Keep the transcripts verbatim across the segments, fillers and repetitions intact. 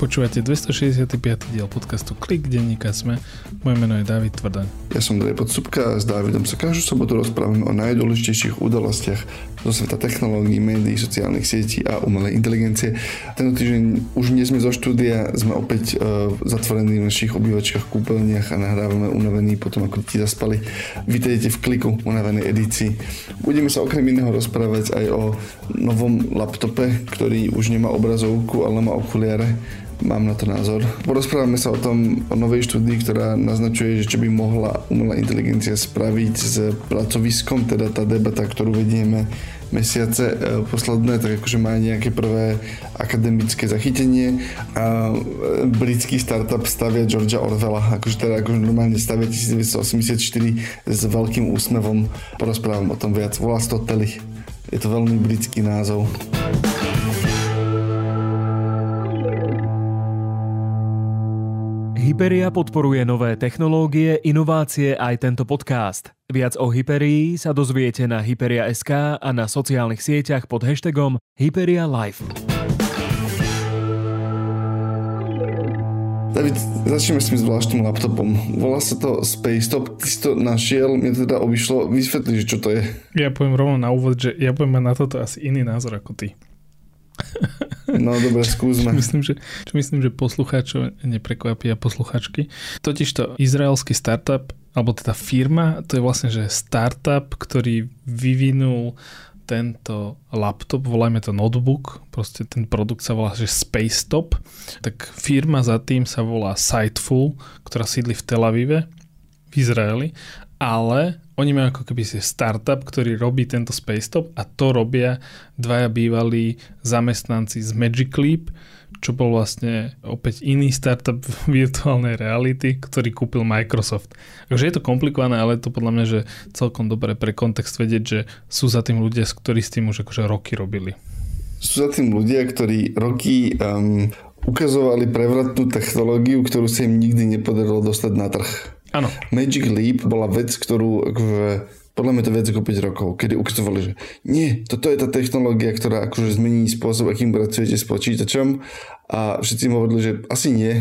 Počúvate dvestošesťdesiaty piaty diel podcastu Klik denníka SME. Moje meno je Dávid Tvrdaň. Ja som Andrej Podsúbka a s Dávidom sa každú sobotu rozprávame o najdôležitejších udalostiach zo sveta technológií, médií, sociálnych sietí a umelej inteligencie. Tento týždeň už nie sme zo štúdia, sme opäť uh, zatvorení v našich obývačkách, kúpeľniach a nahrávame unavení potom, ako ti zaspali. Vítajte v Kliku, unavenej edícii. Budeme sa okrem iného rozprávať aj o novom laptope, ktorý už nemá obrazovku, ale má okuliare. Mám na to názor. Porozprávame sa o tom, o novej štúdii, ktorá naznačuje, že čo by mohla umelá inteligencia spraviť s pracoviskom, teda tá debata, ktorú vedieme mesiace posledné, tak akože má nejaké prvé akademické zachytenie a britský startup stavia Georgea Orwella, akože teda akože normálne stavia devätnásťstoosemdesiatštyri s veľkým úsmevom. Porozprávam o tom viac. Volá sa to Telly. Je to veľmi britský názov. Hyperia podporuje nové technológie, inovácie aj tento podcast. Viac o Hyperii sa dozviete na hyperia bodka es ká a na sociálnych sieťach pod hashtagom Hyperia Live. David, začneme s tým zvláštnym laptopom. Volá sa to Spacetop. Ty si to našiel, mne teda obišlo. Vysvetli, že čo to je. Ja poviem rovno na úvod, že ja budem mať na toto asi iný názor ako ty. No dobre, skúsme. Čo myslím, že, čo myslím, že poslucháčov neprekvapí a posluchačky. Totižto izraelský startup, alebo teda firma, to je vlastne, že startup, ktorý vyvinul tento laptop, volajme to notebook, proste ten produkt sa volá, že Spacetop, tak firma za tým sa volá Sightful, ktorá sídli v Tel Avive, v Izraeli, ale oni majú ako keby si startup, ktorý robí tento Spacetop a to robia dvaja bývalí zamestnanci z Magic Leap, čo bol vlastne opäť iný startup virtuálnej reality, ktorý kúpil Microsoft. Takže je to komplikované, ale je to podľa mňa, že celkom dobré pre kontext vedieť, že sú za tým ľudia, ktorí s tým už akože roky robili. Sú za tým ľudia, ktorí roky um, ukazovali prevratnú technológiu, ktorú sa im nikdy nepodarilo dostať na trh. Áno. Magic Leap bola vec, ktorú akože, podľa mňa to viac ako päť rokov, kedy ukazovali, že nie, toto je tá technológia, ktorá akože zmení spôsob, akým pracujete s počítačom a všetci im hovorili, že asi nie.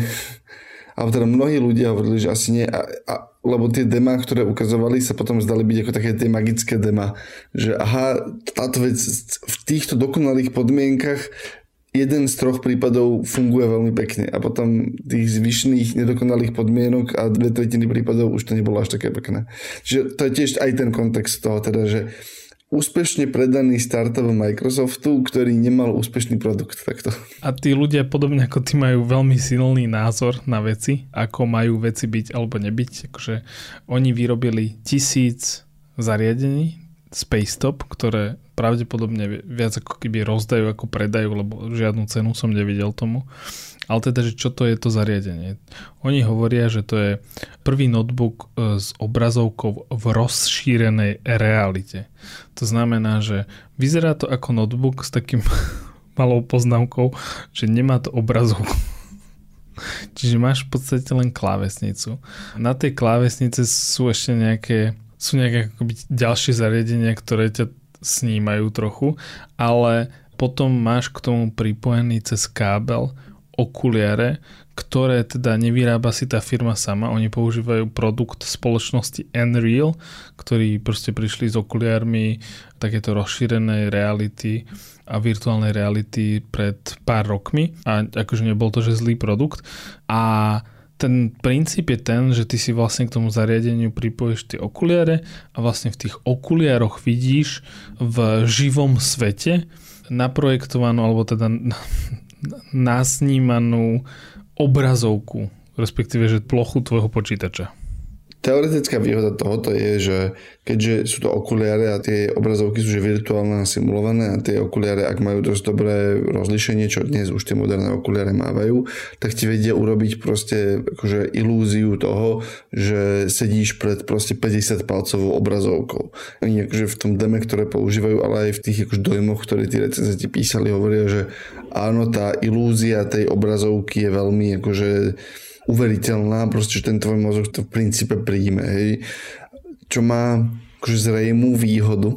Ale teda mnohí ľudia hovorili, že asi nie, a, a, lebo tie demá, ktoré ukazovali, sa potom zdali byť ako také tie magické demá, že aha, táto vec v týchto dokonalých podmienkach jeden z troch prípadov funguje veľmi pekne a potom tých zvyšných nedokonalých podmienok a dve tretiny prípadov už to nebolo až také pekné. Čiže to je tiež aj ten kontext toho, teda, že úspešne predaný startup Microsoftu, ktorý nemal úspešný produkt. Takto. A tí ľudia podobne ako ty majú veľmi silný názor na veci, ako majú veci byť alebo nebyť. Akože oni vyrobili tisíc zariadení Spacetop, ktoré pravdepodobne viac ako keby rozdajú ako predajú, lebo žiadnu cenu som nevidel tomu. Ale teda, že čo to je to zariadenie? Oni hovoria, že to je prvý notebook s obrazovkou v rozšírenej realite. To znamená, že vyzerá to ako notebook s takým malou poznámkou, že nemá to obrazovku. Čiže máš v podstate len klávesnicu. Na tej klávesnice sú ešte nejaké sú nejaké akoby ďalšie zariadenia, ktoré ťa snímajú trochu, ale potom máš k tomu pripojený cez kábel okuliare, ktoré teda nevyrába si tá firma sama. Oni používajú produkt spoločnosti Nreal, ktorí proste prišli s okuliármi takéto rozšírenej reality a virtuálnej reality pred pár rokmi a akože nebol to, že zlý produkt. A ten princíp je ten, že ty si vlastne k tomu zariadeniu pripojíš tie okuliare a vlastne v tých okuliároch vidíš v živom svete naprojektovanú alebo teda nasnímanú obrazovku, respektíve že plochu tvojho počítača. Teoretická výhoda tohoto je, že keďže sú to okuliare a tie obrazovky sú že virtuálne a simulované a tie okuliare, ak majú dosť dobré rozlíšenie, čo dnes už tie moderné okuliare mávajú, tak ti vedia urobiť proste akože ilúziu toho, že sedíš pred proste päťdesiatpalcovou obrazovkou. Oni akože v tom deme, ktoré používajú, ale aj v tých akože dojmoch, ktoré tí recenzenti písali, hovoria, že áno, tá ilúzia tej obrazovky je veľmi akože uveriteľná, proste, že ten tvoj mozog to v princípe príjme, hej. Čo má akože zrejmú výhodu,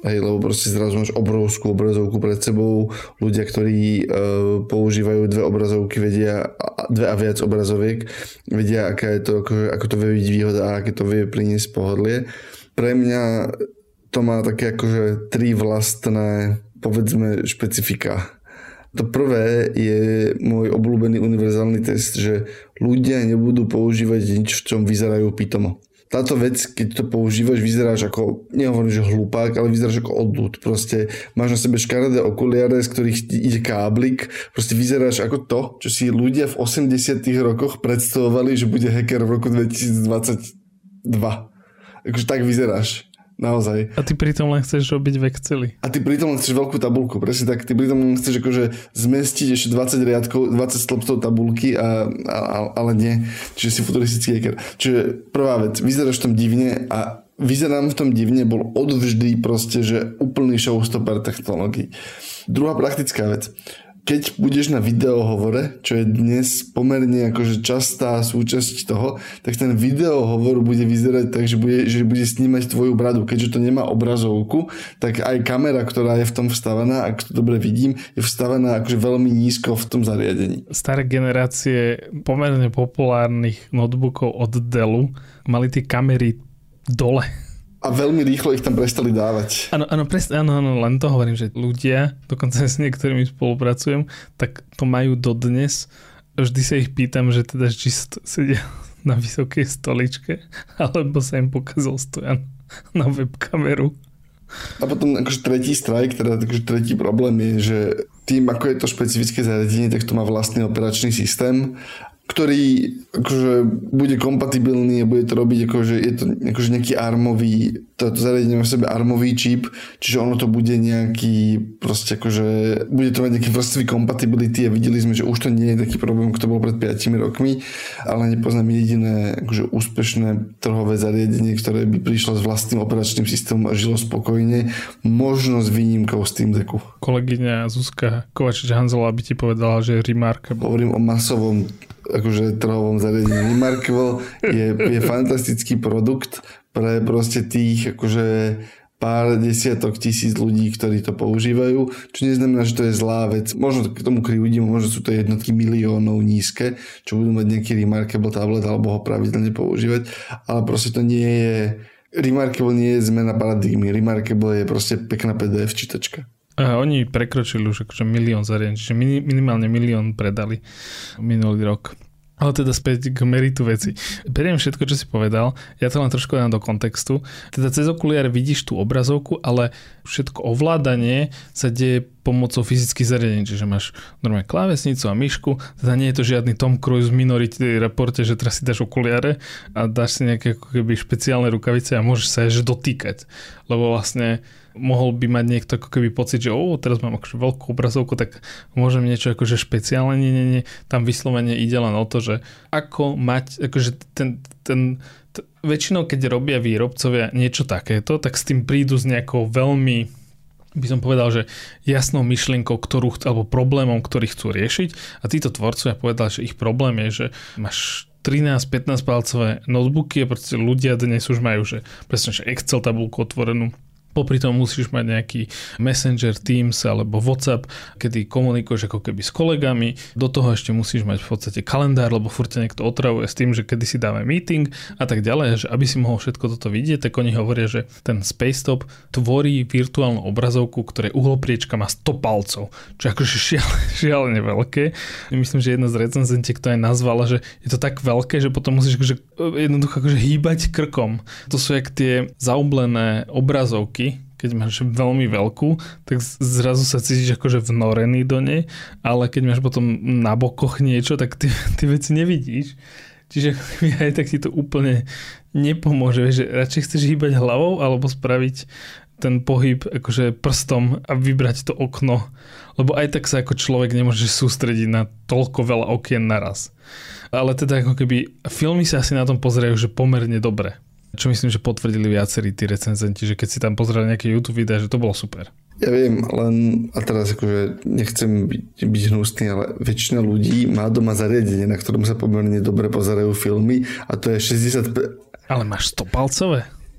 Hej, lebo proste zrazu máš obrovskú obrazovku pred sebou, ľudia, ktorí e, používajú dve obrazovky, vedia dve a viac obrazoviek, vedia, aká je to, akože, ako to vie byť výhoda a aké to vie priniesť pohodlie. Pre mňa to má také akože tri vlastné, povedzme, špecifika. To prvé je môj obľúbený univerzálny test, že ľudia nebudú používať nič, v čom vyzerajú pitomo. Táto vec, keď to používaš, vyzeráš ako, nehovorím, že hlupák, ale vyzeráš ako odľud. Proste máš na sebe škaredé okuliare, z ktorých ide káblik. Proste vyzeráš ako to, čo si ľudia v osemdesiatych rokoch predstavovali, že bude hacker v roku dvetisícdvadsaťdva. Akože tak vyzeráš. Naozaj. A ty pritom len chceš robiť v Exceli. A ty pritom len chceš veľkú tabuľku, presne tak. Ty pritom len chceš akože zmestiť ešte dvadsať riadkov, dvadsať stĺpcov tabulky, a, a, ale nie. Čiže si futuristický hacker. Čiže prvá vec, vyzeráš v tom divne a vyzerám v tom divne bol odvždy proste, že úplný showstopper technológií. Druhá praktická vec. Keď budeš na videohovore, čo je dnes pomerne akože častá súčasť toho, tak ten videohovor bude vyzerať tak, že bude, že bude snímať tvoju bradu. Keďže to nemá obrazovku, tak aj kamera, ktorá je v tom vstavaná, ak to dobre vidím, je vstavaná akože veľmi nízko v tom zariadení. Staré generácie pomerne populárnych notebookov od Dellu mali tie kamery dole. A veľmi rýchlo ich tam prestali dávať. Áno, áno, presne, áno, áno, len to hovorím, že ľudia, dokonca s niektorými spolupracujem, tak to majú dodnes. Vždy sa ich pýtam, že teda či sedia na vysokej stoličke, alebo sa im pokazil stojan na webkameru. A potom akože tretí strike, teda akože tretí problém je, že tým, ako je to špecifické zariadenie, tak to má vlastný operačný systém, ktorý akože bude kompatibilný a bude to robiť akože je to akože nejaký armový, to, to zariadenie má v sebe armový čip, čiže ono to bude nejaký proste akože bude to mať nejaký vrstvy compatibility a videli sme, že už to nie je taký problém, ktorý bol pred piatimi rokmi, ale nepoznám jediné akože úspešné trhové zariadenie, ktoré by prišlo s vlastným operačným systémom a žilo spokojne, možno s výnimkou Steam Decku. Kolegyňa Zuzka Kovačič-Hanzelová by ti povedala, že je remarkable. Hovorím o masovom akože trhovom zariadení. Remarkable je, je fantastický produkt pre proste tých akože pár desiatok tisíc ľudí, ktorí to používajú, čo neznamená, že to je zlá vec. Možno k tomu krivdím, možno sú to jednotky miliónov nízke, čo budú mať nejaký Remarkable tablet alebo ho pravidelne používať, ale proste to nie je Remarkable nie je zmena paradigmy. Remarkable je proste pekná pé dé ef čítačka. A oni prekročili už akože milión zariadení, čiže minimálne milión predali minulý rok. Ale teda späť k meritu veci. Beriem všetko, čo si povedal, ja to len trošku dám do kontextu. Teda cez okuliare vidíš tú obrazovku, ale všetko ovládanie sa deje pomocou fyzických zariadení, čiže máš normálne klávesnicu a myšku, teda nie je to žiadny Tom Cruise v Minority Reporte, že teraz si dáš okuliare a dáš si nejaké ako keby špeciálne rukavice a môžeš sa až dotýkať, lebo vlastne mohol by mať niekto ako keby pocit, že oh, teraz mám akože veľkú obrazovku, tak môžem niečo akože špeciálne, nie, nie, nie. Tam vyslovene ide len o to, že ako mať, akože ten, ten, t- väčšinou keď robia výrobcovia niečo takéto, tak s tým prídu s nejakou veľmi, by som povedal, že jasnou myšlienkou, ktorú, alebo problémom, ktorý chcú riešiť, a títo tvorcovia povedali, že ich problém je, že máš trinásť pätnásť palcové notebooky a proste ľudia dnes už majú, že presne, že Excel tabulku otvorenú. Popri tom musíš mať nejaký Messenger, Teams alebo WhatsApp, kedy komunikuješ ako keby s kolegami. Do toho ešte musíš mať v podstate kalendár, lebo furt ťa niekto otravuje s tým, že kedy si dáme meeting a tak ďalej. Že aby si mohol všetko toto vidieť, tak oni hovoria, že ten Spacetop tvorí virtuálnu obrazovku, ktorej uhlopriečka má sto palcov, čo je akože šiale, šialene veľké. Myslím, že jedna z recenzentiek to aj nazvala, že je to tak veľké, že potom musíš akože, jednoducho akože hýbať krkom. To sú jak tie zaoblené obrazovky, keď máš veľmi veľkú, tak zrazu sa cítiš akože vnorený do nej, ale keď máš potom na bokoch niečo, tak ty, ty veci nevidíš. Čiže aj tak ti to úplne nepomôže, že radšej chceš hýbať hlavou alebo spraviť ten pohyb akože prstom a vybrať to okno, lebo aj tak sa ako človek nemôže sústrediť na toľko veľa okien naraz. Ale teda ako keby filmy sa asi na tom pozerajú, že pomerne dobre. Čo myslím, že potvrdili viacerí tí recenzenti, že keď si tam pozreli nejaké YouTube videá, že to bolo super. Ja viem, len a teraz akože nechcem byť, byť hnusný, ale väčšina ľudí má doma zariadenie, na ktorom sa pomerne dobre pozerajú filmy a to je šesťdesiat... Ale máš sto palcové?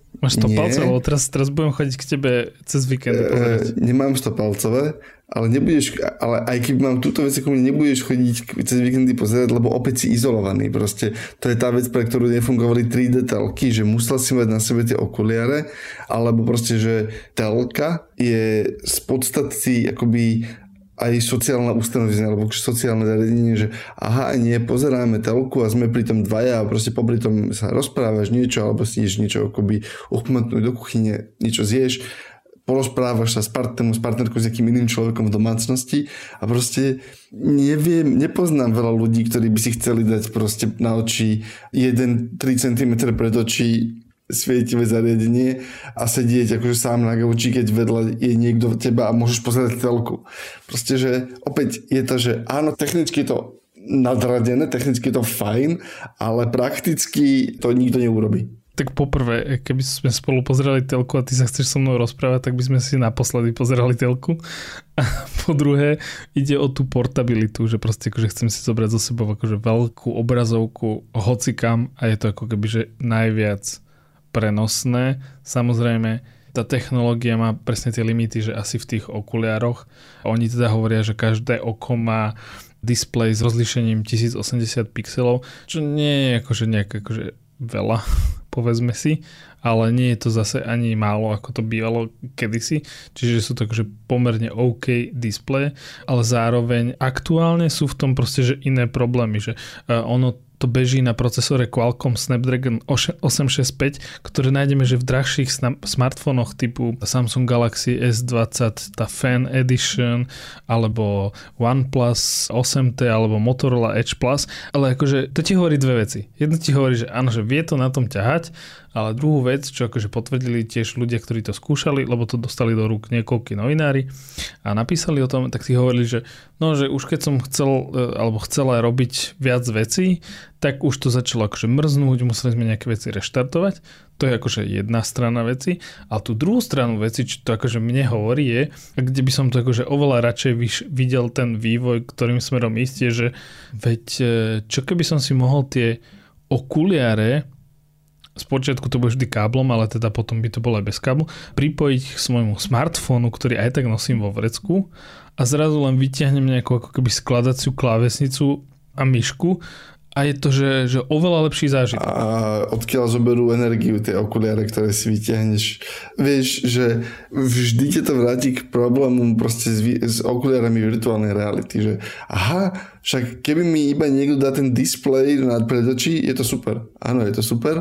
Máš stopalce, lebo teraz, teraz budem chodiť k tebe cez víkend pozerať. E, nemám stopalcové, ale nebudeš, ale aj keď mám túto vec, ako nebudeš chodiť cez víkendy pozerať, lebo opäť si izolovaný. Proste to je tá vec, pre ktorú nefungovali tri dé telky, že musel si mať na sebe tie okuliare, alebo proste, že telka je z podstaty akoby aj sociálna ustanovenie, alebo sociálne zariadenie, že aha, nie, pozeráme telku a sme pri tom dvaja a proste popri tom sa rozprávaš niečo, alebo si ideš niečo akoby uchmatnúť do kuchyne, niečo zješ, porozprávaš sa s partnerom, s partnerkou, s jakým iným človekom v domácnosti a proste neviem, nepoznám veľa ľudí, ktorí by si chceli dať proste na oči jeden až tri centimetre pred oči svietivé zariadenie a sedieť akože sám na gauči, keď vedľa je niekto teba a môžeš pozerať telku. Proste, že opäť je to, že áno, technicky je to nadradené, technicky je to fajn, ale prakticky to nikto neurobí. Tak poprvé, keby sme spolu pozerali telku a ty sa chceš so mnou rozprávať, tak by sme si naposledy pozerali telku. A po druhé, ide o tú portabilitu, že proste akože chcem si zobrať zo sebou akože veľkú obrazovku hocikam a je to ako keby, že najviac prenosné. Samozrejme, tá technológia má presne tie limity, že asi v tých okuliároch. Oni teda hovoria, že každé oko má displej s rozlíšením tisíc osemdesiat pixelov, čo nie je akože nejak akože veľa, povedzme si, ale nie je to zase ani málo, ako to bývalo kedysi, čiže sú to akože pomerne OK displeje, ale zároveň aktuálne sú v tom proste, že iné problémy, že ono to beží na procesore Qualcomm Snapdragon osem šesť päť, ktoré nájdeme, že v drahších smartfónoch typu Samsung Galaxy es dvadsať, tá Fan Edition, alebo OnePlus osem té, alebo Motorola Edge Plus, ale akože to ti hovorí dve veci. Jedno ti hovorí, že áno, že vie to na tom ťahať, ale druhú vec, čo akože potvrdili tiež ľudia, ktorí to skúšali, lebo to dostali do rúk niekoľkí novinári a napísali o tom, tak si hovorili, že no, že už keď som chcel, alebo chcela robiť viac vecí, tak už to začalo akože mrznúť, museli sme nejaké veci reštartovať. To je akože jedna strana veci. A tú druhú stranu veci, čo to akože mne hovorí je, kde by som to akože oveľa radšej vyš- videl ten vývoj, ktorým smerom ísť, je, že veď čo keby som si mohol tie okuliare, spočiatku to bude vždy káblom, ale teda potom by to bolo aj bez káblu, pripojiť k svojmu smartfónu, ktorý aj tak nosím vo vrecku a zrazu len vyťahnem nejakú ako keby skladaciu klávesnicu a myšku a je to, že, že oveľa lepší zážitok. A odkiaľ zoberú energiu tie okuliare, ktoré si vyťahneš. Vieš, že vždy ťa to vráti k problému proste s, s okuliarami virtuálnej reality, že aha, však keby mi iba niekto dá ten displej pred očí, je to super. Áno, je to super,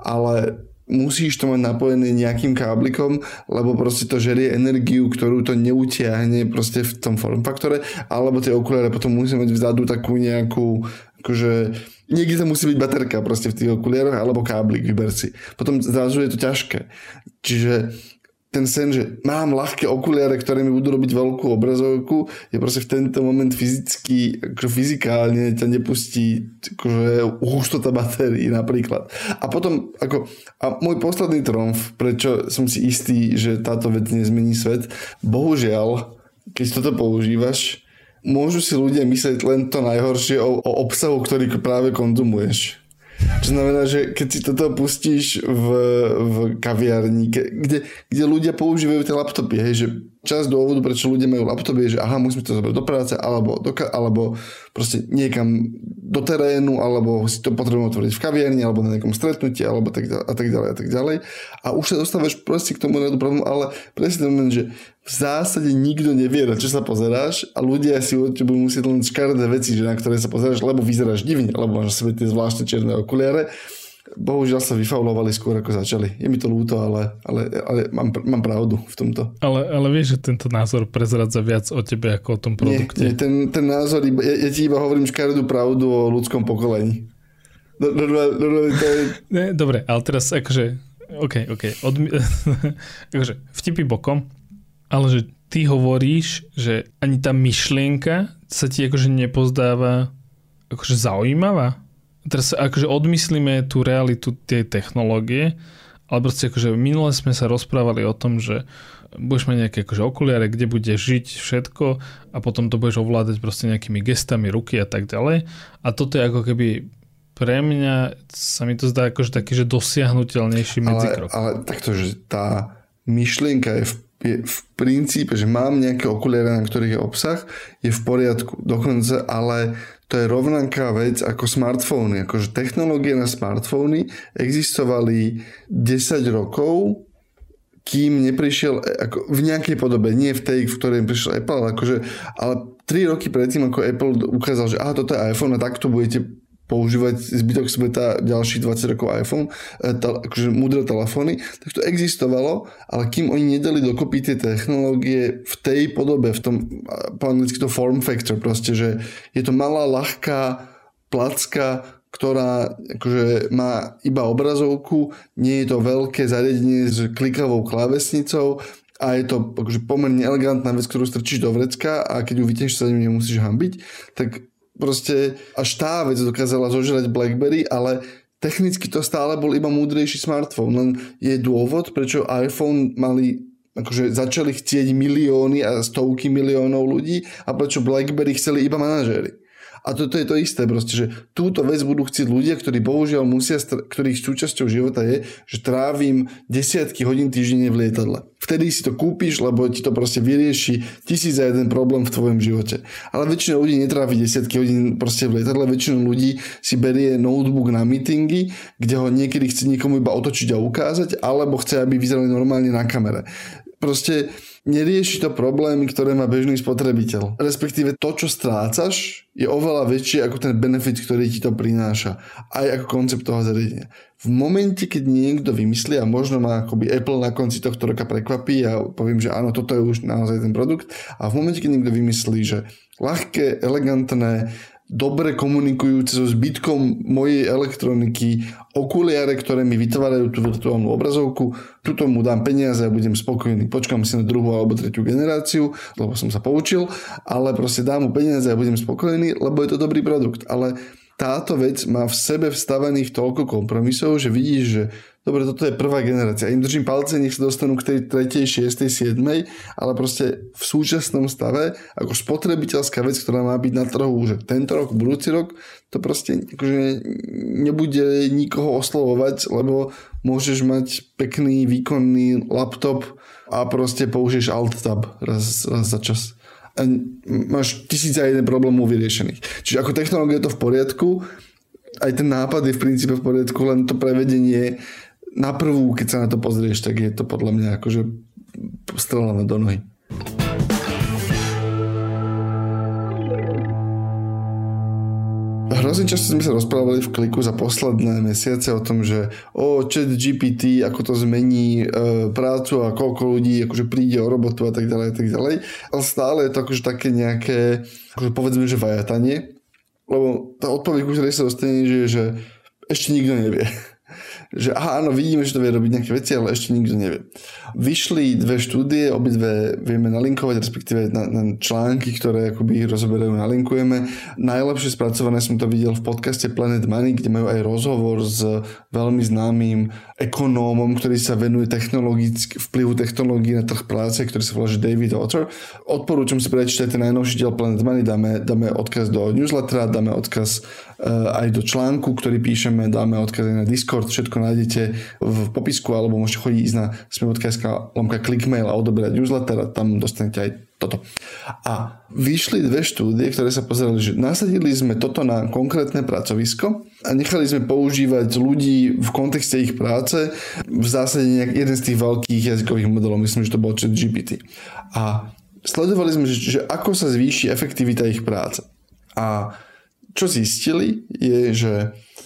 ale musíš to mať napojené nejakým káblikom, lebo proste to žerie energiu, ktorú to neutiahne proste v tom formfaktore, alebo tie okuliare potom musí mať vzadu takú nejakú akože niekde to musí byť baterka proste v tých okuliároch alebo káblik, vyber si. Potom zrazu je to ťažké. Čiže ten sen, že mám ľahké okuliare, ktoré mi budú robiť veľkú obrazovku, je proste v tento moment fyzicky, akože fyzikálne ťa nepustí akože hustota batérií napríklad. A potom, ako, a môj posledný tromf, prečo som si istý, že táto vec nezmení svet, bohužiaľ, keď toto používaš, môžu si ľudia myslieť len to najhoršie o, o obsahu, ktorý práve konzumuješ. Čo znamená, že keď si toto pustíš v, v kaviarni, kde, kde ľudia používajú tie laptopy, hej, že časť dôvodu, prečo ľudia majú laptopy, je, že aha, musíme to zobrať do práce, alebo, do, alebo proste niekam do terénu, alebo si to potrebujeme otvoriť v kaviarni, alebo na nejakom stretnutí, alebo tak ďalej, a tak ďalej, a tak ďalej. A už sa dostávaš proste k tomu radu problému, ale presne ten moment, že v zásade nikto nevie, na čo sa pozeráš a ľudia si od teba musieť len škaredé veci, že na ktoré sa pozeráš, lebo vyzeráš divne, lebo máš na sebe tie zvláštne čierne okuliare. Bohužiaľ sa vyfaulovali skôr ako začali. Je mi to ľúto, ale, ale, ale mám, mám pravdu v tomto. Ale, ale vieš, že tento názor prezradza viac o tebe ako o tom produkte. Nie, nie ten, ten názor, iba, ja, ja ti iba hovorím škaredú pravdu o ľudskom pokolení. Do, do, do, do, do, to je... Nie, dobre, ale teraz akože OK, OK. Odmi- akože vtipy bokom, ale že ty hovoríš, že ani tá myšlienka sa ti akože nepozdáva akože zaujímavá. Teraz akože odmyslíme tú realitu tej technológie, ale proste akože minule sme sa rozprávali o tom, že budeš mať nejaké akože okuliare, kde budeš žiť všetko a potom to budeš ovládať proste nejakými gestami ruky a tak ďalej. A toto je ako keby pre mňa sa mi to zdá akože taký, že dosiahnuteľnejší medzikrok. Ale, ale takto, že tá myšlienka je v, je v princípe, že mám nejaké okuliare, na ktorých je obsah, je v poriadku. Dokonca, ale to je rovnaká vec ako smartfóny. Akože technológie na smartfóny existovali desať rokov, kým neprišiel ako v nejakej podobe, nie v tej, v ktorej prišiel Apple, ale, akože, ale tri roky predtým, ako Apple ukázal, že aha, toto je iPhone a takto budete používať zbytok sveta ďalších dvadsať rokov iPhone, tá, akože múdre telefóny, tak to existovalo, ale kým oni nedali dokopy tie technológie v tej podobe, v tom, po anglicky to form factor, proste, že je to malá, ľahká placka, ktorá akože má iba obrazovku, nie je to veľké zariadenie s klikavou klávesnicou a je to akože pomerne elegantná vec, ktorú strčíš do vrecka a keď ju vytiahneš, sa ním nemusíš hanbiť, tak proste až tá vec dokázala zožrať BlackBerry, ale technicky to stále bol iba múdrejší smartfón. Len je dôvod, prečo iPhone mali akože začali chcieť milióny a stovky miliónov ľudí a prečo BlackBerry chceli iba manažéri. A toto je to isté proste, že túto vec budú chcieť ľudia, ktorí bohužiaľ musia, ktorých súčasťou života je, že trávim desiatky hodín týždenne v lietadle. Vtedy si to kúpiš, lebo ti to proste vyrieši tisíc a jeden problém v tvojom živote. Ale väčšina ľudí netrávi desiatky hodín proste v lietadle, väčšina ľudí si berie notebook na meetingy, kde ho niekedy chce niekomu iba otočiť a ukázať, alebo chce, aby vyzerali normálne na kamere. Proste nerieši to problémy, ktoré má bežný spotrebiteľ. Respektíve to, čo strácaš, je oveľa väčšie ako ten benefit, ktorý ti to prináša. Aj ako koncept toho zariadenia. V momente, keď niekto vymyslí a možno ma akoby Apple na konci tohto roka prekvapí a poviem, že áno, toto je už naozaj ten produkt. A v momente, keď niekto vymyslí, že ľahké, elegantné, dobre komunikujúce so zbytkom mojej elektroniky, okuliare, ktoré mi vytvárajú tú virtuálnu obrazovku, tuto mu dám peniaze a budem spokojný. Počkám si na druhú alebo tretiu generáciu, lebo som sa poučil, ale proste dám mu peniaze a budem spokojný, lebo je to dobrý produkt. Ale táto vec má v sebe vstavených toľko kompromisov, že vidíš, že dobre, toto je prvá generácia. Im držím palce, nech sa dostanú k tej tretej, šiestej, siedmej, ale proste v súčasnom stave ako spotrebiteľská vec, ktorá má byť na trhu, že tento rok, budúci rok, to proste akože nebude nikoho oslovovať, lebo môžeš mať pekný, výkonný laptop a proste použiješ Alt-Tab raz, raz za čas. A máš tisíc a jeden problémov vyriešených. Čiže ako technológia je to v poriadku, aj ten nápad je v princípe v poriadku, len to prevedenie na prvú, keď sa na to pozrieš, tak je to podľa mňa akože strelené do nohy. Hrozne často sme sa rozprávali v Kliku za posledné mesiace o tom, že o ChatGPT, ako to zmení e, prácu a koľko ľudí akože príde o robotu a tak ďalej a tak ďalej. Ale stále je to akože také nejaké, akože povedzme, že vajatanie. Lebo tá odpoveď, ktorej sa dostane, že, že ešte nikto nevie. Že aha, áno, vidíme, že to vie robiť nejaké veci, ale ešte nikto nevie. Vyšli dve štúdie, obidve vieme nalinkovať, respektíve na, na články, ktoré akoby ich rozoberajú, nalinkujeme. Najlepšie spracované som to videl v podcaste Planet Money, kde majú aj rozhovor s veľmi známym ekonómom, ktorý sa venuje vplyvu technológií na trh práce, ktorý sa volá že David Autor. Odporúčam si prečítať ten najnovší diel Planet Money, dáme, dáme odkaz do newslettera, dáme odkaz uh, aj do článku, ktorý píšeme, dáme odkaz aj na Discord, všetko nájdete v popisku, alebo môžete chodiť ísť na sme bodka es ká lomka clickmail a odoberať newsletter a tam dostanete aj toto. A vyšli dve štúdie, ktoré sa pozerali, že nasadili sme toto na konkrétne pracovisko a nechali sme používať ľudí v kontexte ich práce v zásade nejak jeden z tých veľkých jazykových modelov, myslím, že to bol ChatGPT. A sledovali sme, že, že ako sa zvýši efektivita ich práce. A čo zistili je, že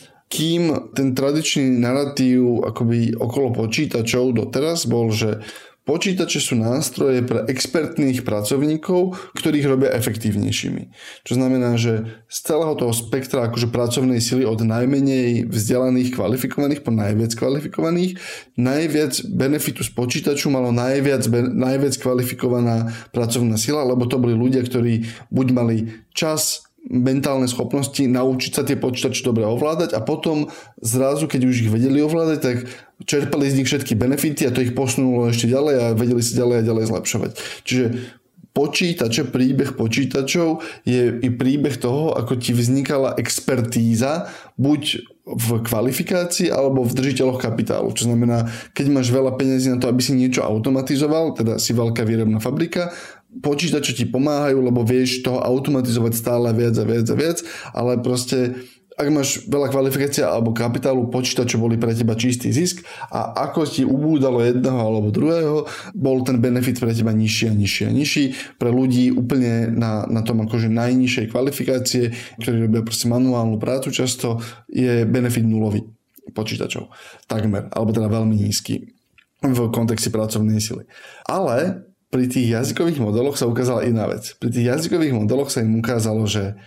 kým ten tradičný narratív akoby okolo počítačov doteraz bol, že počítače sú nástroje pre expertných pracovníkov, ktorých robia efektívnejšími. Čo znamená, že z celého toho spektra akože pracovnej sily od najmenej vzdelaných kvalifikovaných po najviac kvalifikovaných, najviac benefitu z počítaču malo najviac, najviac kvalifikovaná pracovná sila, lebo to boli ľudia, ktorí buď mali čas, mentálne schopnosti naučiť sa tie počítače dobre ovládať a potom zrazu, keď už ich vedeli ovládať, tak čerpali z nich všetky benefity a to ich posunulo ešte ďalej a vedeli si ďalej a ďalej zlepšovať. Čiže počítače, príbeh počítačov je i príbeh toho, ako ti vznikala expertíza buď v kvalifikácii alebo v držiteľoch kapitálu. Čo znamená, keď máš veľa peniazí na to, aby si niečo automatizoval, teda si veľká výrobná fabrika, počítače ti pomáhajú, lebo vieš toho automatizovať stále viac a viac a viac, ale proste ak máš veľa kvalifikácií alebo kapitálu, počítače boli pre teba čistý zisk a ako ti ubúdalo jedného alebo druhého, bol ten benefit pre teba nižší a nižší a nižší. Pre ľudí úplne na, na tom akože najnižšej kvalifikácie, ktorí robia proste manuálnu prácu často, je benefit nulový počítačov. Takmer, alebo teda veľmi nízky v kontexte pracovnej sily. Ale pri tých jazykových modeloch sa ukázala iná vec. Pri tých jazykových modeloch sa im ukázalo, že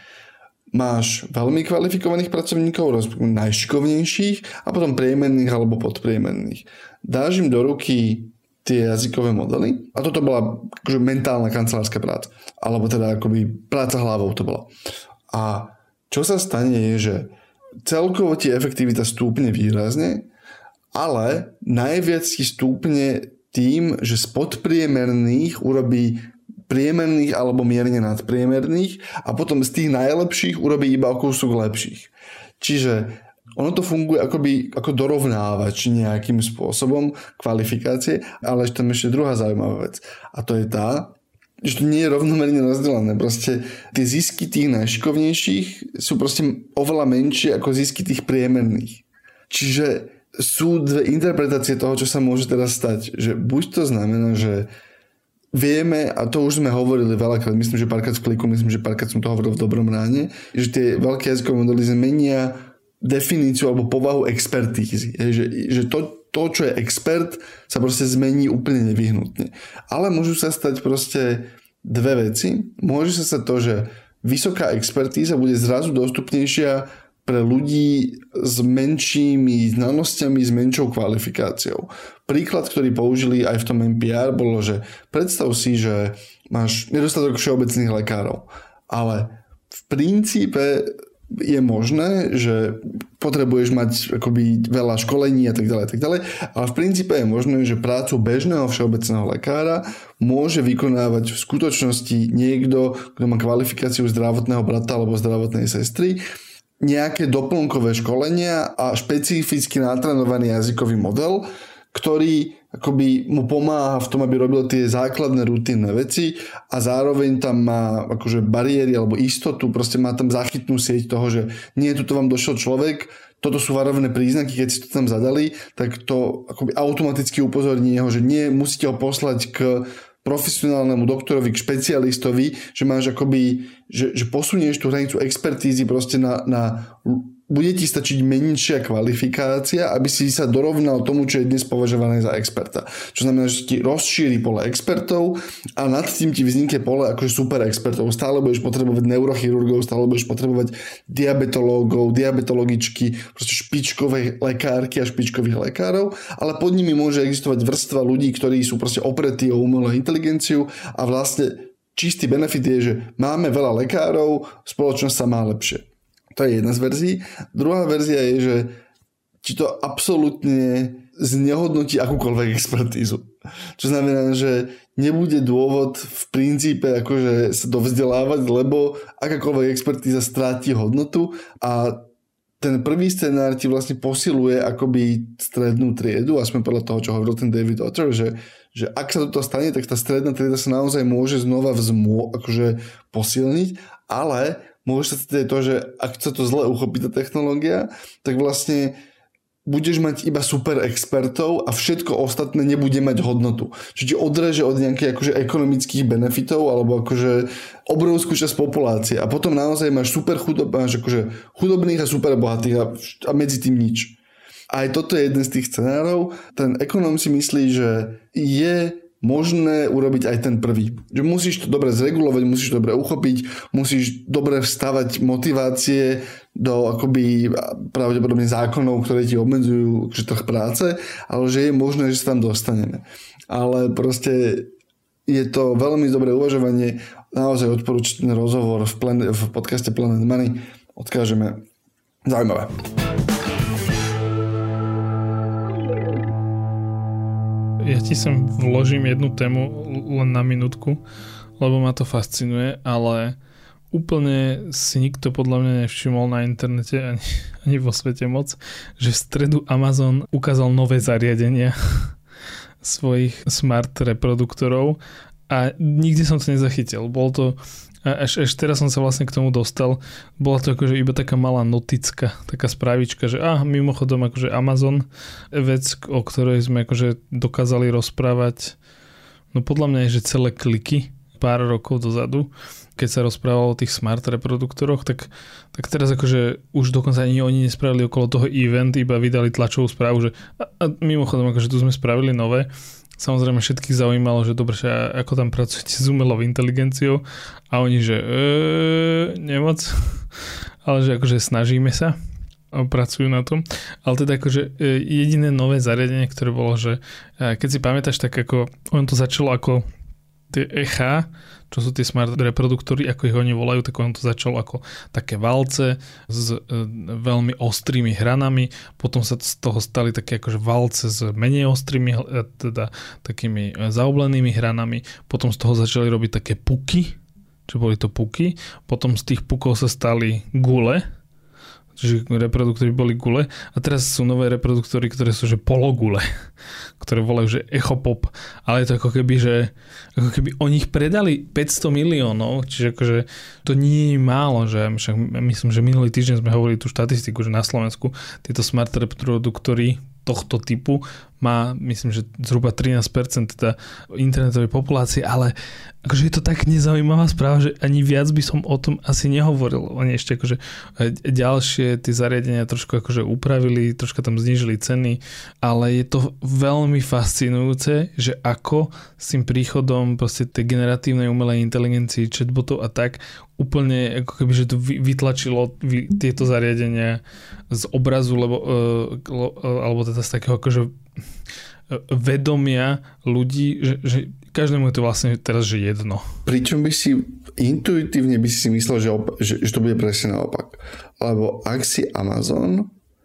máš veľmi kvalifikovaných pracovníkov, najšikovnejších a potom priemerných alebo podpriemerných. Dáš im do ruky tie jazykové modely a toto bola akože mentálna kancelárska práca. Alebo teda akoby práca hlavou to bola. A čo sa stane je, že celkovo ti efektivita stúpne výrazne, ale najviac ti stúpne tým, že z podpriemerných urobí priemerných alebo mierne nadpriemerných a potom z tých najlepších urobí iba o kúsok lepších. Čiže ono to funguje akoby, ako dorovnávač nejakým spôsobom kvalifikácie, ale ešte tam ešte druhá zaujímavá vec. A to je tá, že to nie je rovnomerne rozdelené. Proste tie zisky tých najšikovnejších sú proste oveľa menšie ako zisky tých priemerných. Čiže sú dve interpretácie toho, čo sa môže teraz stať. Že buď to znamená, že vieme, a to už sme hovorili veľakrát, myslím, že párkrát v kliku, myslím, že párkrát som to hovoril v Dobrom ráne, že tie veľké jazykové modely zmenia definíciu alebo povahu expertízy. Že, že to, to, čo je expert, sa proste zmení úplne nevyhnutne. Ale môžu sa stať proste dve veci. Môže sa stať to, že vysoká expertíza bude zrazu dostupnejšia pre ľudí s menšími znalosťami, s menšou kvalifikáciou. Príklad, ktorý použili aj v tom em pé er, bolo, že predstav si, že máš nedostatok všeobecných lekárov, ale v princípe je možné, že potrebuješ mať akoby veľa školení a tak ďalej, tak ďalej, ale v princípe je možné, že prácu bežného všeobecného lekára môže vykonávať v skutočnosti niekto, kto má kvalifikáciu zdravotného brata alebo zdravotnej sestry, nejaké doplnkové školenia a špecificky natrenovaný jazykový model, ktorý akoby mu pomáha v tom, aby robil tie základné rutinné veci a zároveň tam má akože bariéry alebo istotu, proste má tam záchytnú sieť toho, že nie, tuto vám došiel človek, toto sú varovné príznaky, keď si to tam zadali, tak to akoby automaticky upozorní jeho, že nie, musíte ho poslať k profesionálnemu doktorovi, k špecialistovi, že máš akoby, že, že posunieš tú hranicu expertízy proste na, na bude ti stačiť menšia kvalifikácia, aby si sa dorovnal tomu, čo je dnes považované za experta. Čo znamená, že ti rozšíri pole expertov a nad tým ti vznikne pole akože super expertov. Stále budeš potrebovať neurochirurgov, stále budeš potrebovať diabetológov, diabetologičky, proste špičkové lekárky a špičkových lekárov, ale pod nimi môže existovať vrstva ľudí, ktorí sú proste opretí o umelú inteligenciu a vlastne čistý benefit je, že máme veľa lekárov, spoločnosť sa má lepšie. To je jedna z verzií. Druhá verzia je, že ti to absolútne znehodnotí akúkoľvek expertízu. Čo znamená, že nebude dôvod v princípe akože sa dovzdelávať, lebo akákoľvek expertíza stráti hodnotu a ten prvý scenár ti vlastne posiluje akoby strednú triedu, aspoň podľa toho, čo hovoril ten David Autor, že, že ak sa toto stane, tak tá stredná trieda sa naozaj môže znova vzmô, akože posilniť, ale môže sa stať to, že ak sa to zle uchopí tá technológia, tak vlastne budeš mať iba super expertov a všetko ostatné nebude mať hodnotu. Čiže ti odreže od nejakých akože ekonomických benefitov alebo akože obrovskú časť populácie a potom naozaj máš super chudob, máš akože chudobných a super bohatých a, a medzi tým nič. A aj toto je jeden z tých scenárov. Ten ekonóm si myslí, že je možné urobiť aj ten prvý. Že musíš to dobre zregulovať, musíš to dobre uchopiť, musíš dobre vstavať motivácie do akoby pravdepodobne zákonov, ktoré ti obmedzujú trh práce, ale že je možné, že sa tam dostaneme. Ale proste je to veľmi dobré uvažovanie. Naozaj odporúčam ten rozhovor v, plan- v podcaste Planet Money. Odkážeme. Zaujímavé. Ja ti sem vložím jednu tému len na minútku, lebo ma to fascinuje, ale úplne si nikto podľa mňa nevšimol na internete ani, ani vo svete moc, že v stredu Amazon ukázal nové zariadenia svojich smart reproduktorov a nikdy som to nezachytil. Bol to Až, až teraz som sa vlastne k tomu dostal. Bola to akože iba taká malá noticka, taká správička, že ah, mimochodom akože Amazon vec, o ktorej sme akože dokázali rozprávať, no podľa mňa je, že celé kliky pár rokov dozadu, keď sa rozprávalo o tých smart reproduktoroch, tak, tak teraz akože už dokonca ani oni nespravili okolo toho event, iba vydali tlačovú správu, že a, a mimochodom akože tu sme spravili nové. Samozrejme všetkých zaujímalo, že dobre, ako tam pracujete s umelou inteligenciou a oni, že ee, nemoc, ale že akože snažíme sa a pracujú na tom. Ale teda akože jediné nové zariadenie, ktoré bolo, že keď si pamätáš, tak ako on to začalo ako tie Echa, čo sú tie smart reproduktory, ako ich oni volajú, tak on to začalo ako také valce s e, veľmi ostrými hranami, potom sa z toho stali také akože valce s menej ostrými, e, teda takými zaoblenými hranami, potom z toho začali robiť také puky, čo boli to puky, potom z tých pukov sa stali gule, čiže reproduktory boli gule a teraz sú nové reproduktory, ktoré sú že pologule, ktoré volajú že echopop, ale je to ako keby, že ako keby oni ich predali päťsto miliónov, čiže akože to nie je málo, že však myslím, že minulý týždeň sme hovorili tú štatistiku, že na Slovensku tieto smart reproduktory tohto typu má, myslím, že zhruba trinásť percent teda internetovej populácie, ale akože je to tak nezaujímavá správa, že ani viac by som o tom asi nehovoril. Oni ešte akože ďalšie tie zariadenia trošku akože upravili, troška tam znížili ceny, ale je to veľmi fascinujúce, že ako s tým príchodom proste tej generatívnej umelej inteligencii, chatbotov a tak úplne ako keby, že to vytlačilo tieto zariadenia z obrazu, lebo, alebo teda z takého akože vedomia ľudí, že, že každému je to vlastne teraz že jedno. Pričom by si intuitívne by si myslel, že, opa- že, že to bude presne naopak. Lebo ak si Amazon,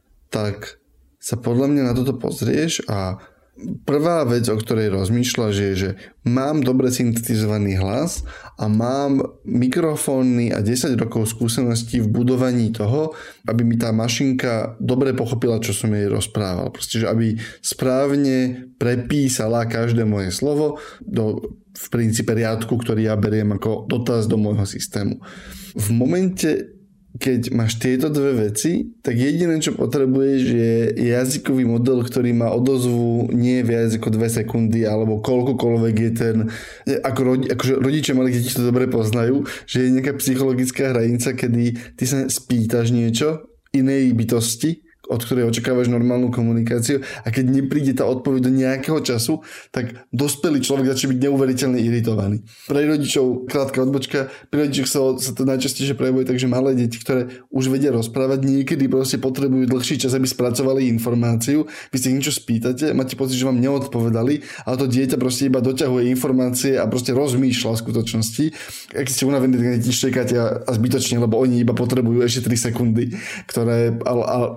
tak sa podľa mňa na toto pozrieš a prvá vec, o ktorej rozmýšľaš, je, že mám dobre syntetizovaný hlas a mám mikrofóny a desať rokov skúseností v budovaní toho, aby mi tá mašinka dobre pochopila, čo som jej rozprával. Proste, že aby správne prepísala každé moje slovo do v princípe riadku, ktorý ja beriem ako dotaz do môjho systému. V momente, keď máš tieto dve veci, tak jediné, čo potrebuješ, je jazykový model, ktorý má odozvu nie viac ako dve sekundy, alebo koľkokoľvek je ten, ako rodi, akože rodičia malých detí to dobre poznajú, že je nejaká psychologická hranica, kedy ty sa spýtaš niečo inej bytosti, od ktorej očakávaš normálnu komunikáciu a keď nepríde tá odpoveď do nejakého času, tak dospelý človek začne byť neuveriteľne iritovaný. Pre rodičov, krátka odbočka, pri rodičoch sa, sa to najčastejšie prejavuje, takže malé deti, ktoré už vedia rozprávať, niekedy proste potrebujú dlhší čas, aby spracovali informáciu. Vy si niečo spýtate, máte pocit, že vám neodpovedali, ale to dieťa proste iba doťahuje informácie a proste rozmýšľa v skutočnosti. Ak ste unavení, tak deti čekáte a, a zbytočne, lebo oni iba potrebujú ešte tri sekundy, ktoré ale, ale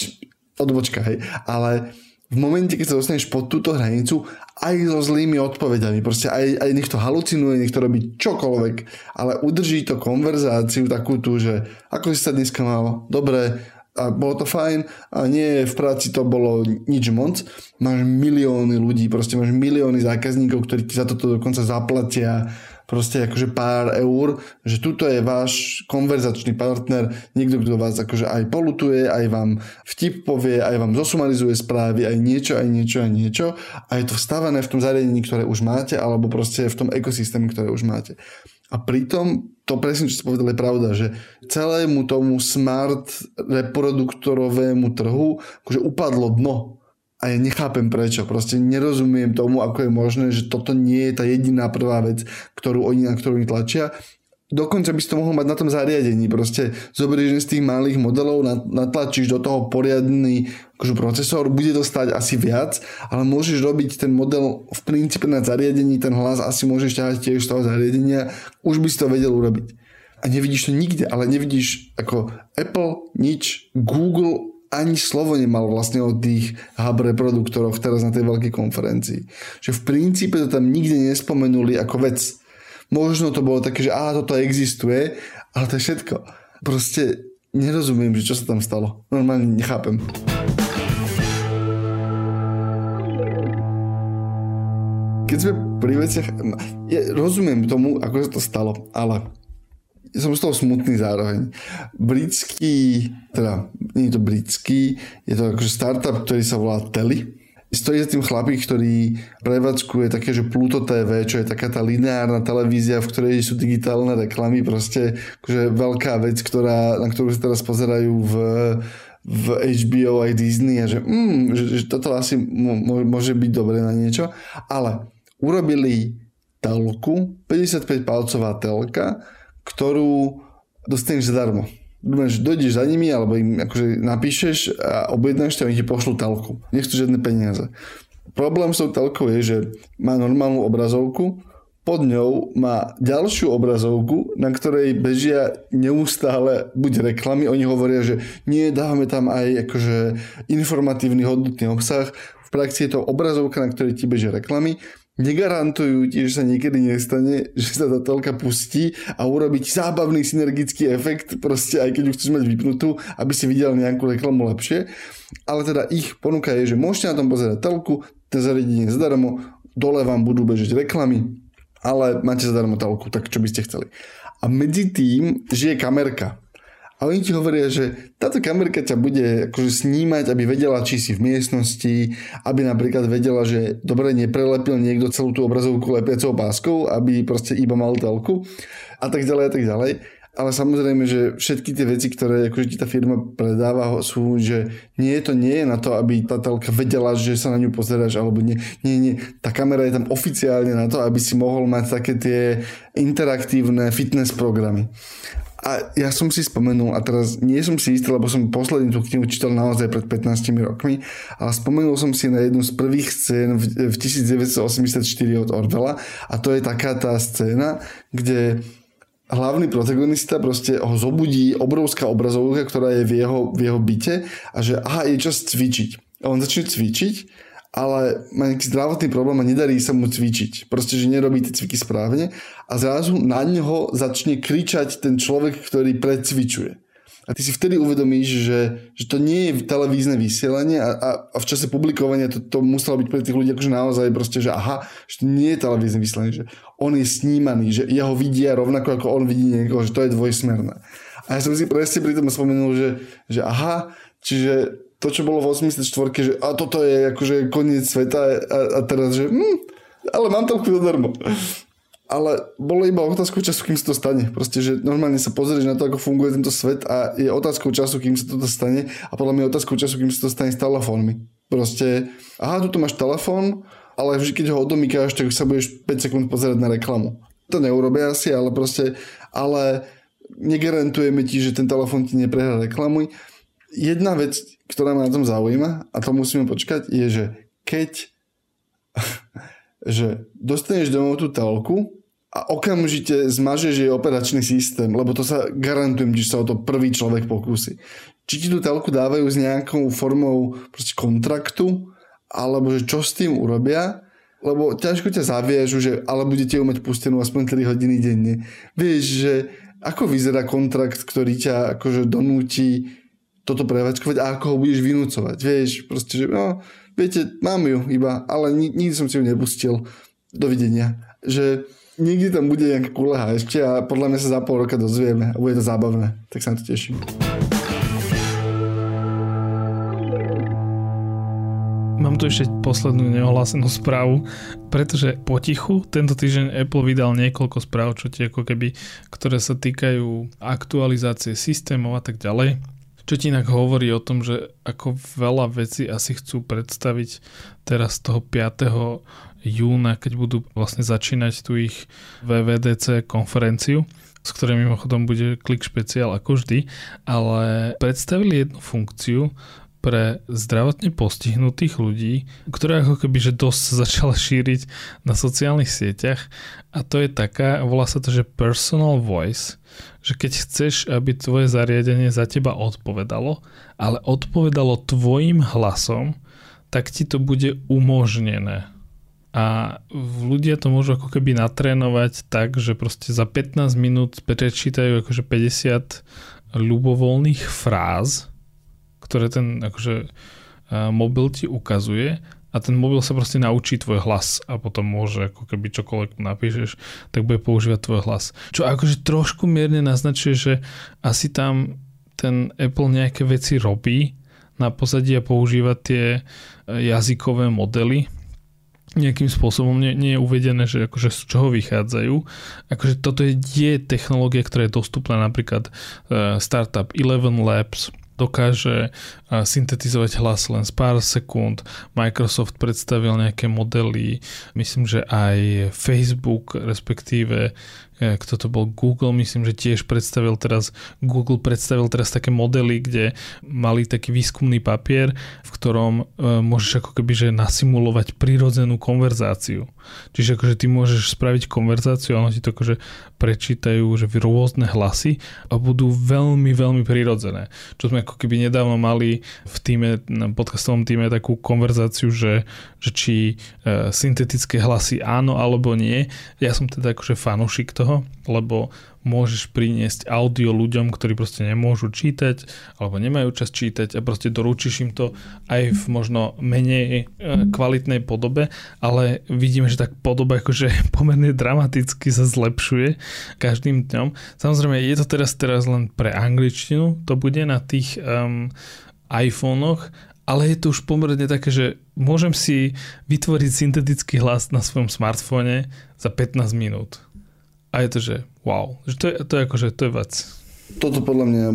odbočka, hej, ale v momente, keď sa dostaneš pod túto hranicu, aj so zlými odpoveďami, proste aj, aj nech to halucinuje, nech to robí čokoľvek, ale udrží to konverzáciu takú tú, že ako si sa dneska mal, dobre, a bolo to fajn a nie v práci to bolo nič moc, máš milióny ľudí, proste máš milióny zákazníkov, ktorí ti za toto dokonca zaplatia proste akože pár eur, že tuto je váš konverzačný partner, niekto, kto vás akože aj polutuje, aj vám vtip povie, aj vám zosumarizuje správy, aj niečo, aj niečo, aj niečo a je to vstavené v tom zariadení, ktoré už máte, alebo proste v tom ekosystéme, ktoré už máte. A pritom to presne, čo si povedal, je pravda, že celému tomu smart reproduktorovému trhu akože upadlo dno. A ja nechápem prečo. Proste nerozumiem tomu, ako je možné, že toto nie je tá jediná prvá vec, ktorú oni, na ktorú oni tlačia. Dokonca by si to mohol mať na tom zariadení. Proste zoberieš z tých malých modelov, natlačíš do toho poriadny akože procesor, bude to stať asi viac, ale môžeš robiť ten model v princípe na zariadení, ten hlas asi môžeš ťahať tiež z toho zariadenia. Už by si to vedel urobiť. A nevidíš to nikde, ale nevidíš ako Apple, nič, Google ani slovo nemal vlastne o tých hub reproduktoroch teraz na tej veľkej konferencii. Že v princípe to tam nikde nespomenuli ako vec. Možno to bolo také, že á, toto existuje, ale to je všetko. Proste nerozumiem, že čo sa tam stalo. Normálne nechápem. Keď sme pri veciach, ja rozumiem tomu, ako sa to stalo, ale som z toho smutný zároveň. Britský, teda nie je to britský, je to akože startup, ktorý sa volá Telly. Stojí za tým chlapík, ktorý prevádzkuje také, že Pluto té vé, čo je taká tá lineárna televízia, v ktorej sú digitálne reklamy, proste akože veľká vec, ktorá, na ktorú sa teraz pozerajú v, v há bé ó aj Disney a že, mm, že, že toto asi môže byť dobre na niečo, ale urobili telku, päťdesiatpäť palcová telka, ktorú dostaneš zadarmo. Dojdeš za nimi, alebo im akože napíšeš a objednáš to a oni ti pošlú telku. Nechcú žiadne peniaze. Problém s tou telkou je, že má normálnu obrazovku, pod ňou má ďalšiu obrazovku, na ktorej bežia neustále buď reklamy, oni hovoria, že nie, dávame tam aj akože informatívny hodnotný obsah. V praxi je to obrazovka, na ktorej ti bežia reklamy. Negarantujú ti, že sa niekedy nestane, že sa tá telka pustí a urobí ti zábavný synergický efekt, proste aj keď ju chceš mať vypnutú, aby si videl nejakú reklamu lepšie. Ale teda ich ponuka je, že môžete na tom pozerať telku, ten zariadenie zadarmo, dole vám budú bežať reklamy, ale máte zadarmo telku, tak čo by ste chceli. A medzi tým žije kamerka. A oni ti hovoria, že táto kamerka ťa bude akože snímať, aby vedela, či si v miestnosti, aby napríklad vedela, že dobre neprelepil niekto celú tú obrazovku lepiacou páskou, aby proste iba mal telku a tak ďalej a tak ďalej. Ale samozrejme, že všetky tie veci, ktoré akože ti tá firma predáva, sú, že nie, to nie je na to, aby tá telka vedela, že sa na ňu pozeráš, alebo nie, nie, nie. Tá kamera je tam oficiálne na to, aby si mohol mať také tie interaktívne fitness programy. A ja som si spomenul, a teraz nie som si istý, lebo som posledný tú knihu čítal naozaj pred pätnástimi rokmi, ale spomenul som si na jednu z prvých scén v, v devätnásťstoosemdesiatštyri od Orwella a to je taká tá scéna, kde hlavný protagonista proste ho zobudí obrovská obrazovka, ktorá je v jeho, v jeho byte a že aha, je čas cvičiť. A on začne cvičiť, ale má nejaký zdravotný problém a nedarí sa mu cvičiť. Proste, že nerobí tie cviky správne a zrazu na ňoho začne kričať ten človek, ktorý predcvičuje. A ty si vtedy uvedomíš, že, že to nie je televízne vysielanie a, a, a v čase publikovania to, to muselo byť pre tých ľudí akože naozaj proste, že aha, že to nie je televízne vysielanie, že on je snímaný, že jeho vidia rovnako ako on vidí niekoho, že to je dvojsmerné. A ja som si presne pri tom spomenul, že, že aha, čiže to, čo bolo v osemdesiatštyri, že a toto je akože koniec sveta a, a teraz, že hm, ale mám telku zadarmo. Ale bolo iba otázkou času, kým sa to stane. Proste, že normálne sa pozrieš na to, ako funguje tento svet a je otázkou času, kým sa toto stane a podľa mňa je otázkou času, kým sa to stane s telefónmi. Proste, aha, tu máš telefón, ale vždy, keď ho odomykáš, tak sa budeš päť sekúnd pozerať na reklamu. To neurobia asi, ale proste, ale negarantujeme ti, že ten telefón ti neprehrá reklamu. Jedna vec, ktorá ma na tom zaujíma, a to musíme počkať, je, že keď že dostaneš domov tú telku a okamžite zmažeš jej operačný systém, lebo to sa garantujem, že sa o to prvý človek pokúsi. Či ti tú telku dávajú s nejakou formou proste kontraktu, alebo že čo s tým urobia, lebo ťažko ťa zaviažu, že ale budete ju mať pustenú aspoň tri hodiny denne. Vieš, že ako vyzerá kontrakt, ktorý ťa akože donúti toto prevádzkovať a ako ho budeš vynúcovať. Vieš, proste, že no, viete, mám ju iba, ale nikdy som si ju nepustil. Dovidenia. Že nikdy tam bude nejaká kuleha ešte a podľa mňa sa za pol roka dozvieme a bude to zábavné. Tak sa na to teším. Mám tu ešte poslednú neohlásenú správu, pretože potichu tento týždeň Apple vydal niekoľko správ, čo tie ako keby, ktoré sa týkajú aktualizácie systémov a tak ďalej. Čo ti inak hovorí o tom, že ako veľa vecí asi chcú predstaviť teraz toho piateho júna, keď budú vlastne začínať tu ich vé vé dé cé konferenciu, s ktorej mimochodom bude klik špeciál ako vždy, ale predstavili jednu funkciu pre zdravotne postihnutých ľudí, ktorá ako keby že dosť sa začala šíriť na sociálnych sieťach a to je taká, volá sa to, že personal voice, že keď chceš, aby tvoje zariadenie za teba odpovedalo, ale odpovedalo tvojim hlasom, tak ti to bude umožnené. a ľudia to môžu ako keby natrénovať tak, že proste za pätnásť minút prečítajú akože päťdesiat ľubovoľných fráz, ktoré ten akože mobil ti ukazuje a ten mobil sa proste naučí tvoj hlas a potom môže ako keby čokoľvek napíšeš, tak bude používať tvoj hlas. Čo akože trošku mierne naznačuje, že asi tam ten Apple nejaké veci robí na pozadí a používa tie jazykové modely. Nejakým spôsobom nie, nie je uvedené, že akože z čoho vychádzajú. Akože toto je, je technológia, ktorá je dostupná napríklad uh, startup Eleven Labs, dokáže uh, syntetizovať hlas len z pár sekúnd. Microsoft predstavil nejaké modely, myslím, že aj Facebook, respektíve kto to bol, Google, myslím, že tiež predstavil teraz, Google predstavil teraz také modely, kde mali taký výskumný papier, v ktorom e, môžeš ako keby že nasimulovať prirodzenú konverzáciu. Čiže akože ty môžeš spraviť konverzáciu a ono ti to akože prečítajú že rôzne hlasy a budú veľmi, veľmi prirodzené. Čo sme ako keby nedávno mali v týme, na podcastovom týme takú konverzáciu, že, že či e, syntetické hlasy áno alebo nie. Ja som teda akože fanúšik toho, lebo môžeš priniesť audio ľuďom, ktorí proste nemôžu čítať alebo nemajú čas čítať a proste doručíš im to aj v možno menej kvalitnej podobe, ale vidíme, že tak podoba akože pomerne dramaticky sa zlepšuje každým dňom. Samozrejme, je to teraz teraz len pre angličtinu, to bude na tých um, iPhonech, ale je to už pomerne také, že môžem si vytvoriť syntetický hlas na svojom smartfóne za pätnásť minút. A je to, že wow, že to je, to je akože, to je vec. Toto podľa mňa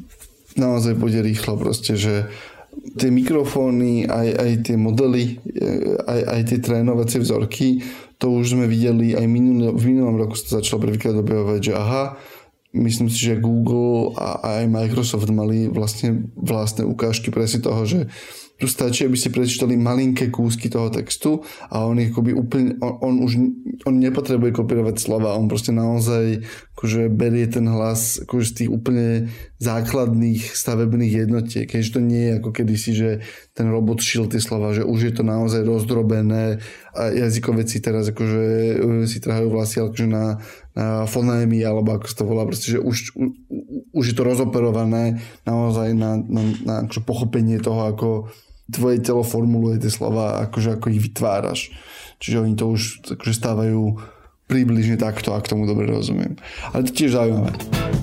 naozaj pôjde rýchlo proste, že tie mikrofóny, aj, aj tie modely, aj, aj tie trénovacie vzorky, to už sme videli aj minulý, v minulom roku sa to začalo prvýkrát objavovať, že aha, myslím si, že Google a aj Microsoft mali vlastne vlastné ukážky presne toho, že tu stačí, aby ste prečítali malinké kúsky toho textu a on ich akoby úplne, on, on už on nepotrebuje kopírovať slova, on proste naozaj akože berie ten hlas akože z tých úplne základných stavebných jednotiek, keďže to nie je ako kedysi, že ten robot šil tie slova, že už je to naozaj rozdrobené a jazykovedci teraz akože si trhajú vlasy akože na, na fonémy alebo ako sa to volá, proste, že už, už, už je to rozoperované naozaj na, na, na akože pochopenie toho, ako tvoje telo formuluje tie slova, akože ako ich vytváraš. Čiže oni to už akože stávajú približne takto, ak tomu dobre rozumiem. Ale to tiež zaujímavé.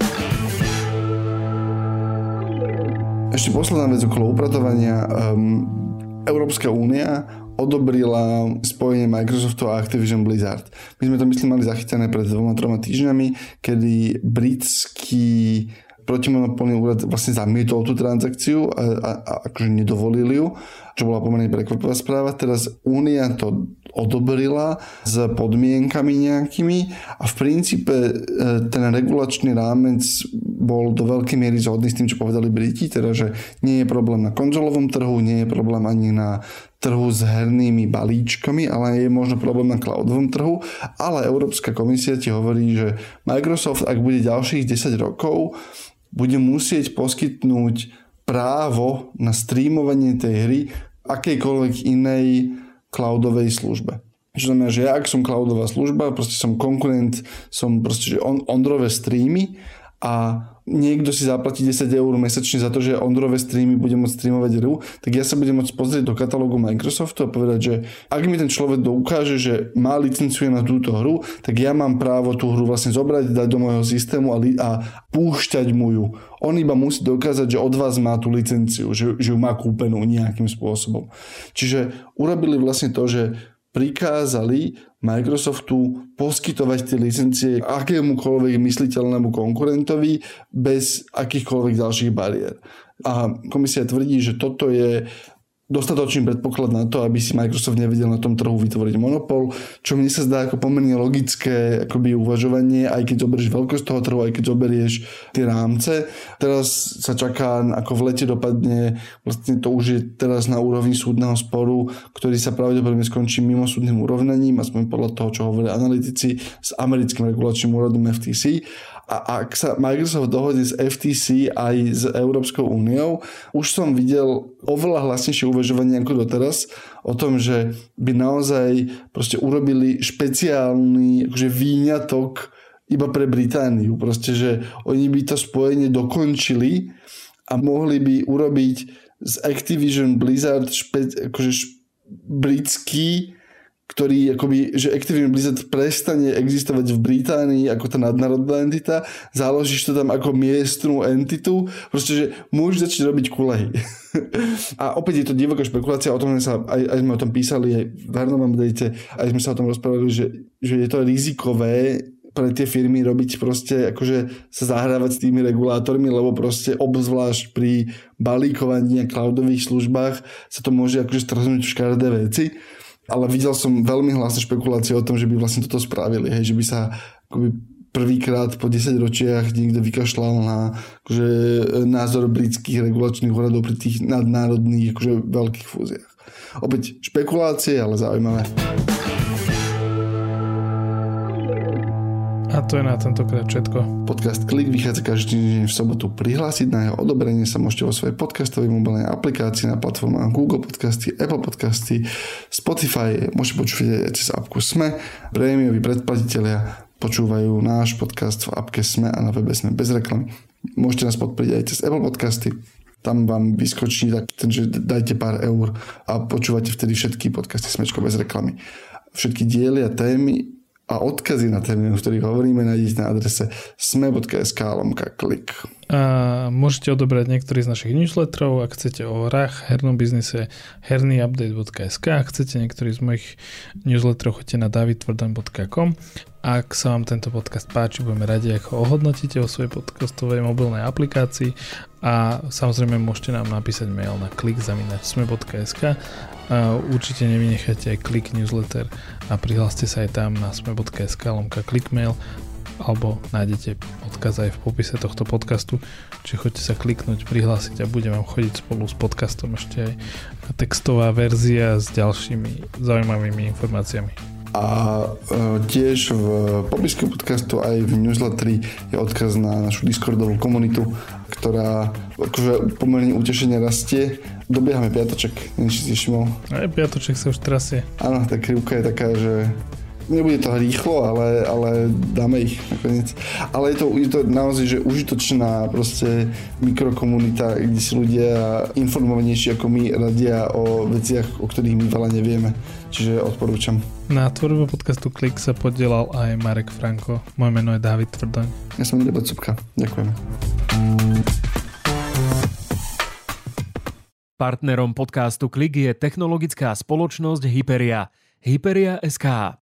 Ešte posledná vec okolo upratovania. Um, Európska únia odobrila spojenie Microsoftu a Activision Blizzard. My sme to myslím mali zachytené pred dvoma, troma týždňami, kedy britský protimonopolný úrad vlastne zamietol tú transakciu a, a, a akože nedovolili ju, čo bola pomerne prekvapivá správa. Teraz Únia to odobrila s podmienkami nejakými a v princípe ten regulačný rámec bol do veľkej miery zhodný s tým, čo povedali Briti, teda že nie je problém na konzolovom trhu, nie je problém ani na trhu s hernými balíčkami, ale je možno problém na cloudovom trhu, ale Európska komisia ti hovorí, že Microsoft, ak bude ďalších desať rokov, bude musieť poskytnúť právo na streamovanie tej hry akejkoľvek inej cloudovej službe. Čo znamená, že ja ak som cloudová služba, proste som konkurent, som proste že on, Ondrové streamy a niekto si zaplatí desať eur mesačne za to, že Ondrové streamy bude môcť streamovať hru, tak ja sa budem môcť pozrieť do katalógu Microsoftu a povedať, že ak mi ten človek doukáže, že má licenciu na túto hru, tak ja mám právo tú hru vlastne zobrať, dať do môjho systému a, li- a púšťať mu ju. On iba musí dokázať, že od vás má tú licenciu, že, že ju má kúpenú nejakým spôsobom. Čiže urobili vlastne to, že prikázali Microsoftu poskytovať tie licencie akémukoľvek mysliteľnému konkurentovi bez akýchkoľvek ďalších bariér. A komisia tvrdí, že toto je dostatočný predpoklad na to, aby si Microsoft nevedel na tom trhu vytvoriť monopol, čo mne sa zdá ako pomerne logické akoby uvažovanie, aj keď zoberieš veľkosť toho trhu, aj keď zoberieš tie rámce. Teraz sa čaká, ako v lete dopadne, vlastne to už je teraz na úrovni súdneho sporu, ktorý sa pravdepodobne skončí mimo súdnym urovnaním, aspoň podľa toho, čo hovoria analytici s americkým regulačným úradom F T C. A ak sa Microsoft dohodí s ef tí sí aj s Európskou úniou, už som videl oveľa hlasnejšie uvažovanie ako doteraz o tom, že by naozaj proste urobili špeciálny akože výňatok iba pre Britániu. Proste, že oni by to spojenie dokončili a mohli by urobiť z Activision Blizzard špe, akože špe, britský, ktorý akoby, že Activision Blizzard prestane existovať v Británii ako tá nadnárodná entita, založíš to tam ako miestnú entitu, proste, že môžeš začať robiť kulehy. A opäť je to divoká špekulácia, o tom sme sa, aj, aj sme o tom písali aj v hernom update, aj sme sa o tom rozprávali, že, že je to rizikové pre tie firmy robiť proste, akože sa zahrávať s tými regulátormi, lebo proste obzvlášť pri balíkovaní a cloudových službách sa to môže akože strhnúť v škaredé veci. Ale videl som veľmi hlasné špekulácie o tom, že by vlastne toto spravili, hej, že by sa akoby prvýkrát po desať ročiach niekto vykašľal na akože, názor britských regulačných úradov pri tých nadnárodných akože, veľkých fúziách. Opäť špekulácie, ale zaujímavé. A to je na tentokrát všetko. Podcast Klik vychádza každý deň v sobotu. Prihlásiť na jeho odobrenie sa môžete vo svojej podcastovej mobilnej aplikácii na platformách Google Podcasty, Apple Podcasty, Spotify. Môžete počuť aj cez apku SME. Prémioví predplatitelia počúvajú náš podcast v apke SME a na webe SME bez reklamy. Môžete nás podporiť aj cez Apple Podcasty. Tam vám vyskočí tak, že dajte pár eur a počúvate vtedy všetky podcasty Smečko bez reklamy. Všetky diely a témy a odkazy na témy, o ktorých hovoríme, nájdete na adrese sme bodka es ká lomka klik. A môžete odobrať niektorý z našich newsletterov, ak chcete o hrách, hernom biznise, herný update bodka es ká, ak chcete niektorý z mojich newsletterov, choďte na david tvrdoň bodka com. Ak sa vám tento podcast páči, budeme radi, ako ohodnotíte vo svojej podcastovej mobilnej aplikácii a samozrejme môžete nám napísať mail na klik zavináč sme bodka es ká. A určite nevynechajte aj klik newsletter a prihláste sa aj tam na sme bodka es ká lomka klikmail alebo nájdete odkaz aj v popise tohto podcastu, čiže choďte sa kliknúť, prihlásiť a budem vám chodiť spolu s podcastom ešte aj textová verzia s ďalšími zaujímavými informáciami. A e, tiež v popisku podcastu aj v newsletteri je odkaz na našu Discordovú komunitu, ktorá akože pomerne utešene rastie. Dobiehame piatoček, neviem, či si všimol. Aj piatoček sa už trasie. Áno, tá krivka je taká, že nebude to rýchlo, ale, ale dáme ich nakoniec. Ale je to, je to naozaj že užitočná proste mikrokomunita, kde si ľudia informovanejší ako my radia o veciach, o ktorých my veľa nevieme. Čiže odporúčam. Na tvorbe podcastu Klik sa podielal aj Marek Franko. Moje meno je Dávid Tvrdoň. Ja som Deba Cupka. Ďakujem. Partnerom podcastu Klik je technologická spoločnosť Hyperia. Hyperia bodka es ká.